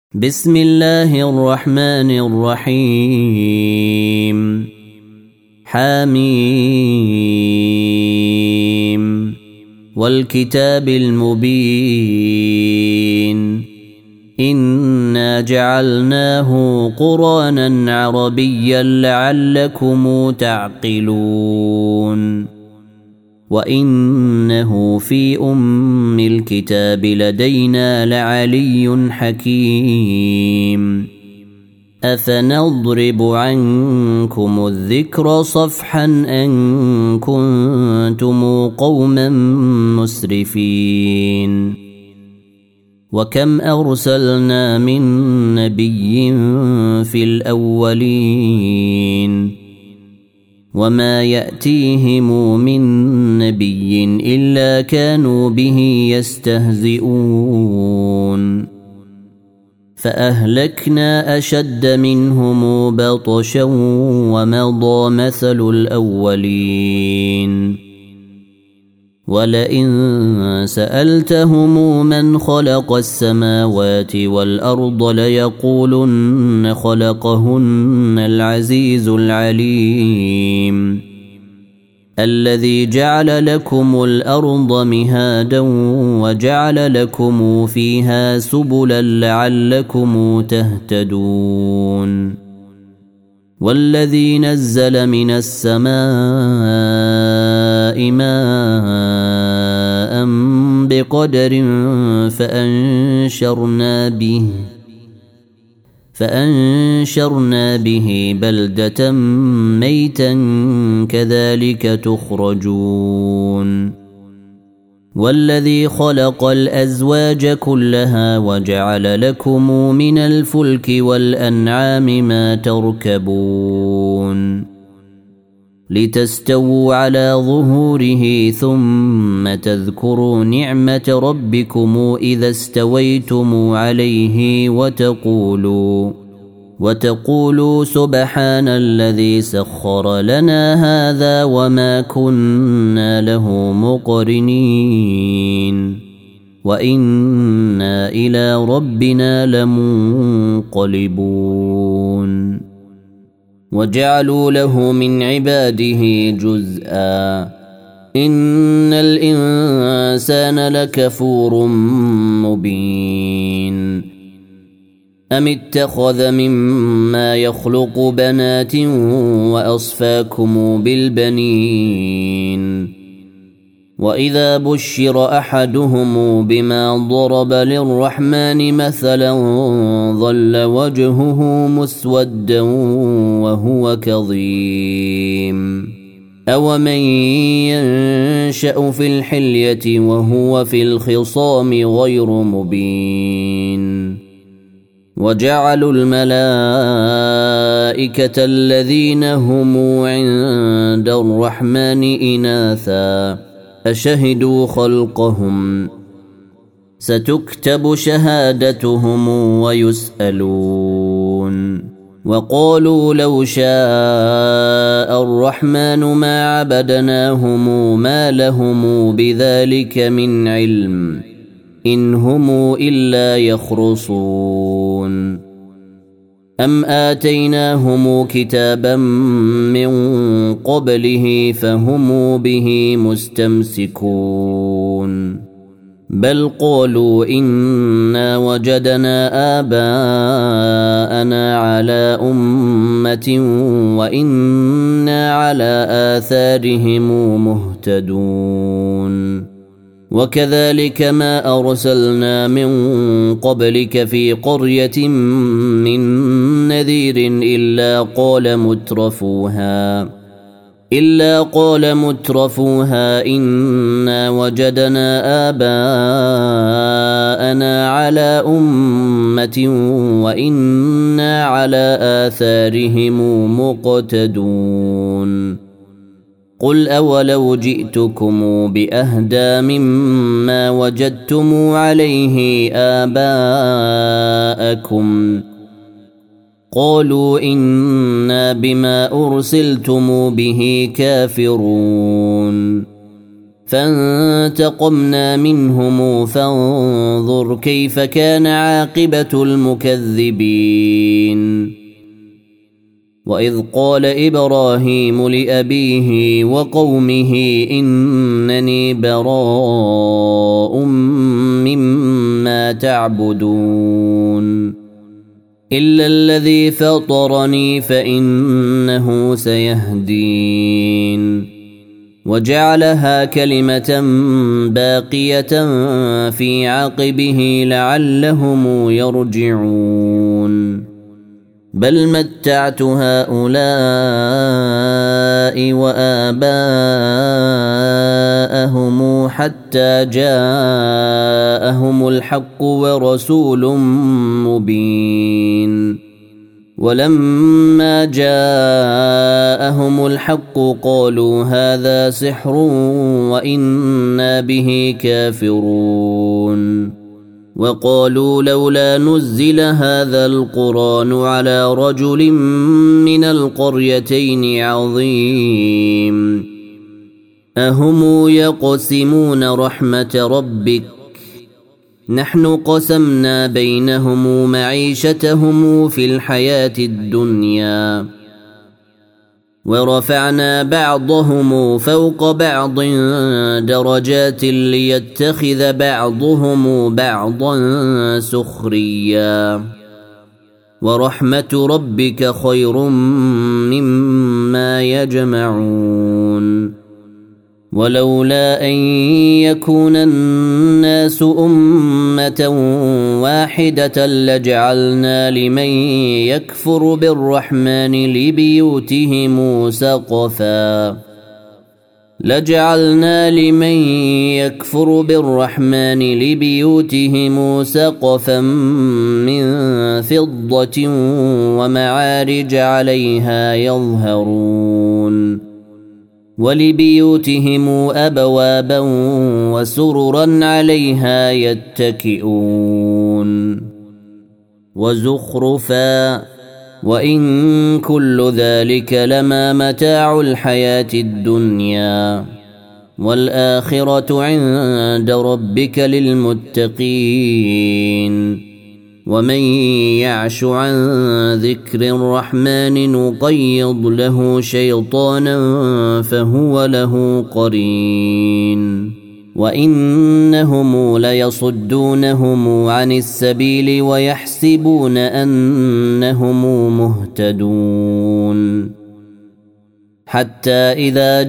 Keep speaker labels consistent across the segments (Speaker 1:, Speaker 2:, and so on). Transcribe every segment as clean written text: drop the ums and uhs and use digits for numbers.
Speaker 1: بسم الله الرحمن الرحيم حميم والكتاب المبين إنا جعلناه قرآنا عربيا لعلكم تعقلون وإنه في أم الكتاب لدينا لعلي حكيم أفنضرب عنكم الذكر صفحا أن كنتم قوما مسرفين وكم أرسلنا من نبي في الأولين وما يأتيهم من نبي إلا كانوا به يستهزئون فأهلكنا أشد منهم بطشا ومضى مثل الأولين ولئن سألتهم من خلق السماوات والأرض ليقولن خلقهن العزيز العليم الذي جعل لكم الأرض مهادا وجعل لكم فيها سبلا لعلكم تهتدون والذي نزل من السماء ماء بقدر فأنشرنا به بلدة ميتا كذلك تخرجون والذي خلق الأزواج كلها وجعل لكم من الفلك والأنعام ما تركبون لتستووا على ظهوره ثم تذكروا نعمة ربكم إذا استويتم عليه وتقولوا سبحان الذي سخر لنا هذا وما كنا له مقرنين وإنا إلى ربنا لمنقلبون وجعلوا له من عباده جزءا إن الإنسان لكفور مبين أم اتخذ مما يخلق بنات وأصفاكم بالبنين وإذا بشر أحدهم بما ضرب للرحمن مثلا ظل وجهه مسودا وهو كظيم أومن ينشأ في الحلية وهو في الخصام غير مبين وجعلوا الملائكة الذين هم عند الرحمن إناثا أشهدوا خلقهم ستكتب شهادتهم ويسألون وقالوا لو شاء الرحمن ما عبدناهم ما لهم بذلك من علم إن هم إلا يخرصون أم آتيناهم كتابا من قبله فهم به مستمسكون بل قالوا إنا وجدنا آباءنا على أمة وإنا على آثارهم مهتدون وكذلك ما أرسلنا من قبلك في قرية من نذير إلا قال مترفوها إنا وجدنا آباءنا على أمة وإنا على آثارهم مقتدون قل أولو جئتكم بأهدى مما وجدتم عليه آباءكم قالوا إنا بما أرسلتم به كافرون فانتقمنا منهم فانظر كيف كان عاقبة المكذبين. وإذ قال إبراهيم لأبيه وقومه إنني براء مما تعبدون إلا الذي فطرني فإنه سيهدين. وجعلها كلمة باقية في عقبه لعلهم يرجعون. بل متعت هؤلاء وآباءهم حتى جاءهم الحق ورسول مبين. ولما جاءهم الحق قالوا هذا سحر وإنا به كافرون. وقالوا لولا نزل هذا القرآن على رجل من القريتين عظيم أهم يقسمون رحمة ربك نحن قسمنا بينهم معيشتهم في الحياة الدنيا ورفعنا بعضهم فوق بعض درجات ليتخذ بعضهم بعضا سخريا ورحمة ربك خير مما يجمعون. ولولا أن يكون الناس أمة واحدة لجعلنا لمن يكفر بالرحمن لبيوتهم سقفا من فضة ومعارج عليها يظهرون. ولبيوتهم أبوابا وسررا عليها يتكئون وزخرفا وإن كل ذلك لما متاع الحياة الدنيا والآخرة عند ربك للمتقين. ومن يعش عن ذكر الرحمن نقيض له شيطانا فهو له قرين وإنهم ليصدونهم عن السبيل ويحسبون أنهم مهتدون. حتى إذا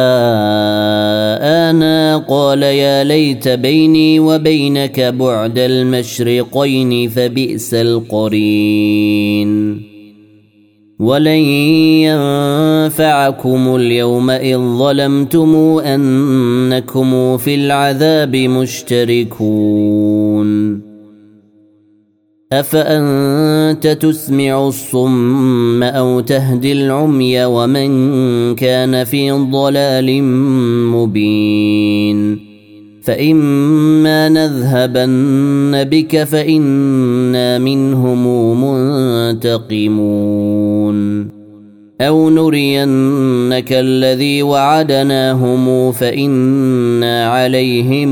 Speaker 1: جاءنا قال يا ليت بيني وبينك بعد المشرقين فبئس القرين. ولن ينفعكم اليوم إذ ظلمتم أنكم في العذاب مشتركون. أفأنت تسمع الصم أو تهدي العمي ومن كان في ضلال مبين. فإما نذهبن بك فإنا منهم منتقمون أو نرينك الذي وعدناهم فإنا عليهم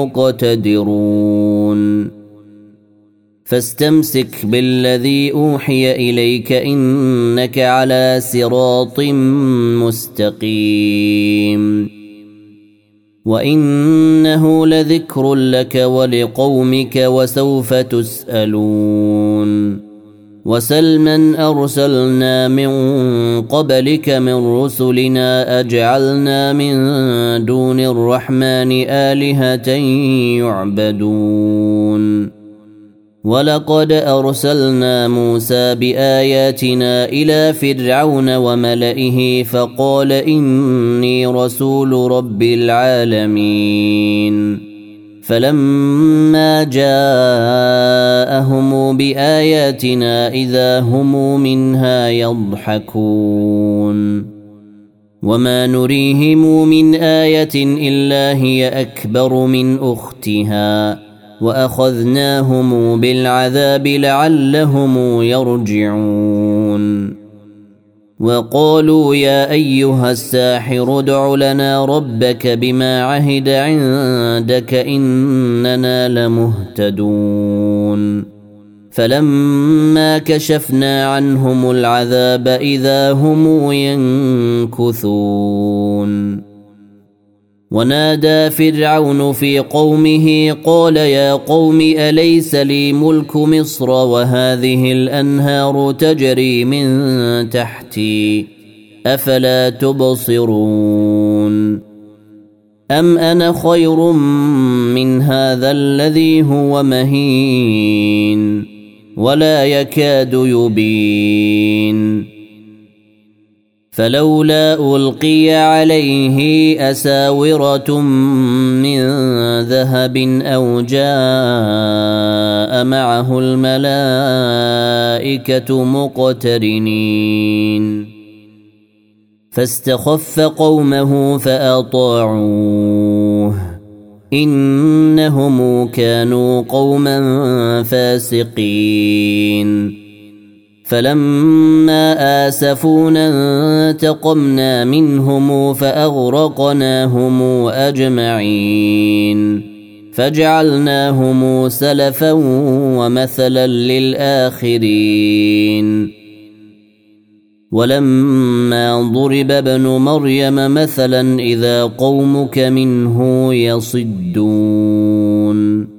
Speaker 1: مقتدرون. فاستمسك بالذي أوحي إليك إنك على صراط مستقيم وإنه لذكر لك ولقومك وسوف تسألون. وسل من أرسلنا من قبلك من رسلنا أجعلنا من دون الرحمن آلهة يعبدون. ولقد أرسلنا موسى بآياتنا إلى فرعون وملئه فقال إني رسول رب العالمين. فلما جاءهم بآياتنا إذا هم منها يضحكون. وما نريهم من آية إلا هي أكبر من أختها وأخذناهم بالعذاب لعلهم يرجعون. وقالوا يا أيها الساحر ادع لنا ربك بما عهد عندك إننا لمهتدون فلما كشفنا عنهم العذاب إذا هم ينكثون ونادى فرعون في قومه قال يا قوم أليس لي ملك مصر وهذه الأنهار تجري من تحتي أفلا تبصرون أم أنا خير من هذا الذي هو مهين ولا يكاد يبين فلولا ألقي عليه أساورة من ذهب أو جاء معه الملائكة مقترنين فاستخف قومه فأطاعوه إنهم كانوا قوما فاسقين فلما آسفونا انتقمنا منهم فأغرقناهم أجمعين فجعلناهم سلفا ومثلا للآخرين ولما ضرب ابن مريم مثلا إذا قومك منه يصدون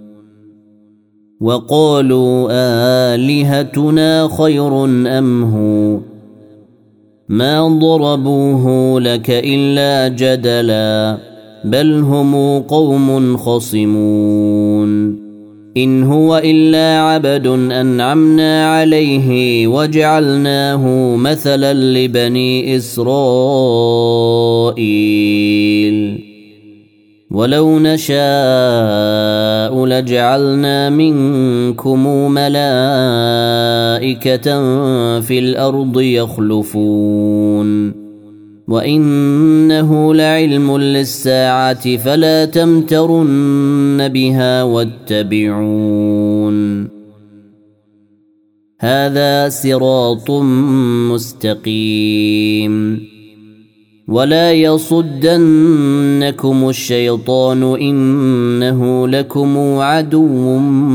Speaker 1: وقالوا آلهتنا خير أم هو ما ضربوه لك إلا جدلا بل هم قوم خصمون إن هو إلا عبد أنعمنا عليه وجعلناه مثلا لبني إسرائيل ولو نشاء لجعلنا منكم ملائكة في الأرض يخلفون وإنه لعلم للساعة فلا تمترن بها واتبعون هذا صراط مستقيم ولا يصدنكم الشيطان إنه لكم عدو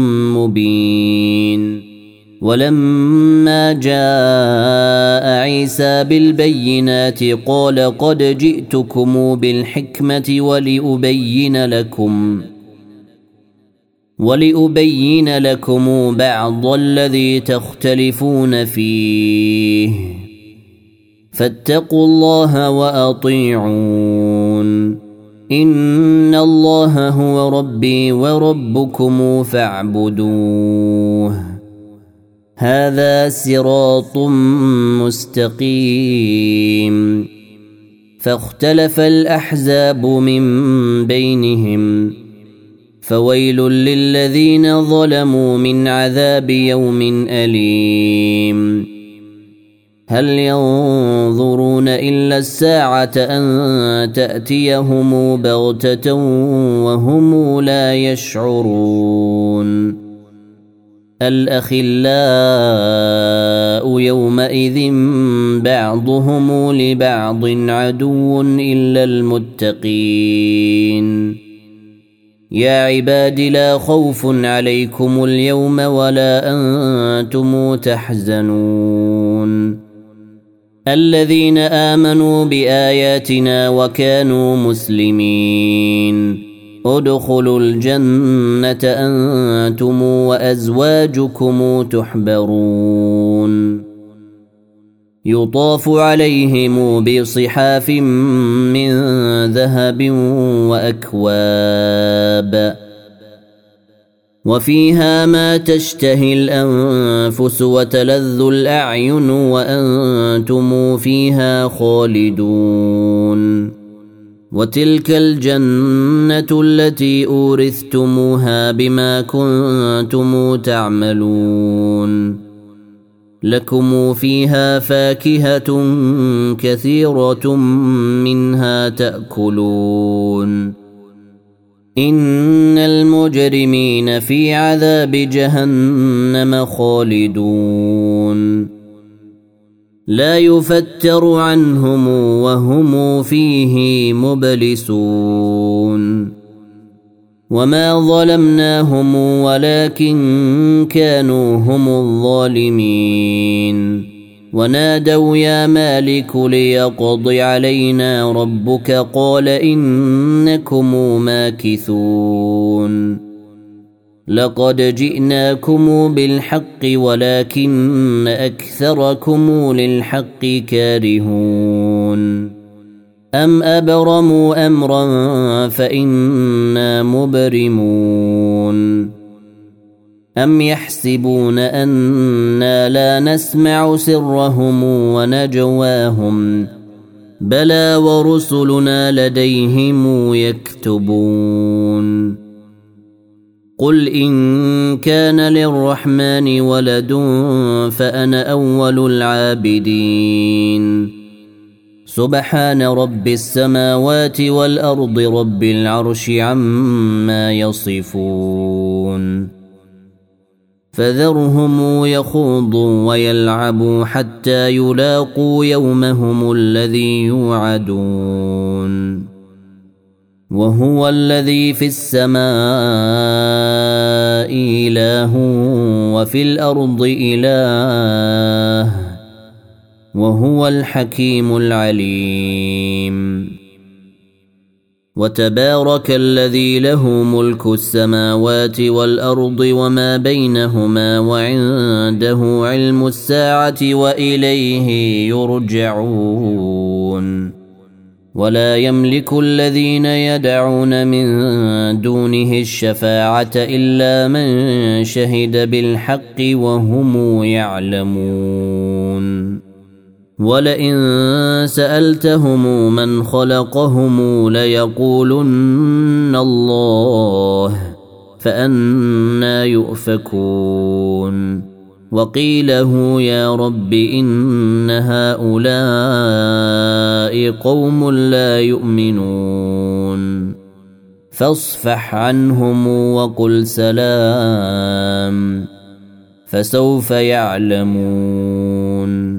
Speaker 1: مبين ولما جاء عيسى بالبينات قال قد جئتكم بالحكمة ولأبين لكم بعض الذي تختلفون فيه فاتقوا الله وأطيعون إن الله هو ربي وربكم فاعبدوه هذا صراط مستقيم فاختلف الأحزاب من بينهم فويل للذين ظلموا من عذاب يوم أليم هل ينظرون إلا الساعة أن تأتيهم بغتة وهم لا يشعرون الأخلاء يومئذ بعضهم لبعض عدو إلا المتقين يا عباد لا خوف عليكم اليوم ولا أنتم تحزنون الذين آمنوا بآياتنا وكانوا مسلمين ادخلوا الجنة أنتم وأزواجكم تحبرون يطاف عليهم بصحاف من ذهب وأكواب وفيها ما تشتهي الأنفس وتلذ الأعين وأنتم فيها خالدون وتلك الجنة التي أورثتموها بما كنتم تعملون لكم فيها فاكهة كثيرة منها تأكلون إن المجرمين في عذاب جهنم خالدون لا يفتر عنهم وهم فيه مبلسون وما ظلمناهم ولكن كانوا هم الظالمين ونادوا يا مالك ليقض علينا ربك قال إنكم ماكثون لقد جئناكم بالحق ولكن أكثركم للحق كارهون أم أبرموا أمرا فإنا مبرمون أم يحسبون أنا لا نسمع سرهم ونجواهم بلى ورسلنا لديهم يكتبون قل إن كان للرحمن ولد فأنا أول العابدين سبحان رب السماوات والأرض رب العرش عما يصفون فذرهم يخوضوا ويلعبوا حتى يلاقوا يومهم الذي يوعدون وهو الذي في السماء إله وفي الأرض إله وهو الحكيم العليم وتبارك الذي له ملك السماوات والأرض وما بينهما وعنده علم الساعة وإليه يرجعون ولا يملك الذين يدعون من دونه الشفاعة إلا من شهد بالحق وهم يعلمون ولئن سألتهم من خلقهم ليقولن الله فأنى يؤفكون وقيله يا رب إن هؤلاء قوم لا يؤمنون فاصفح عنهم وقل سلام فسوف يعلمون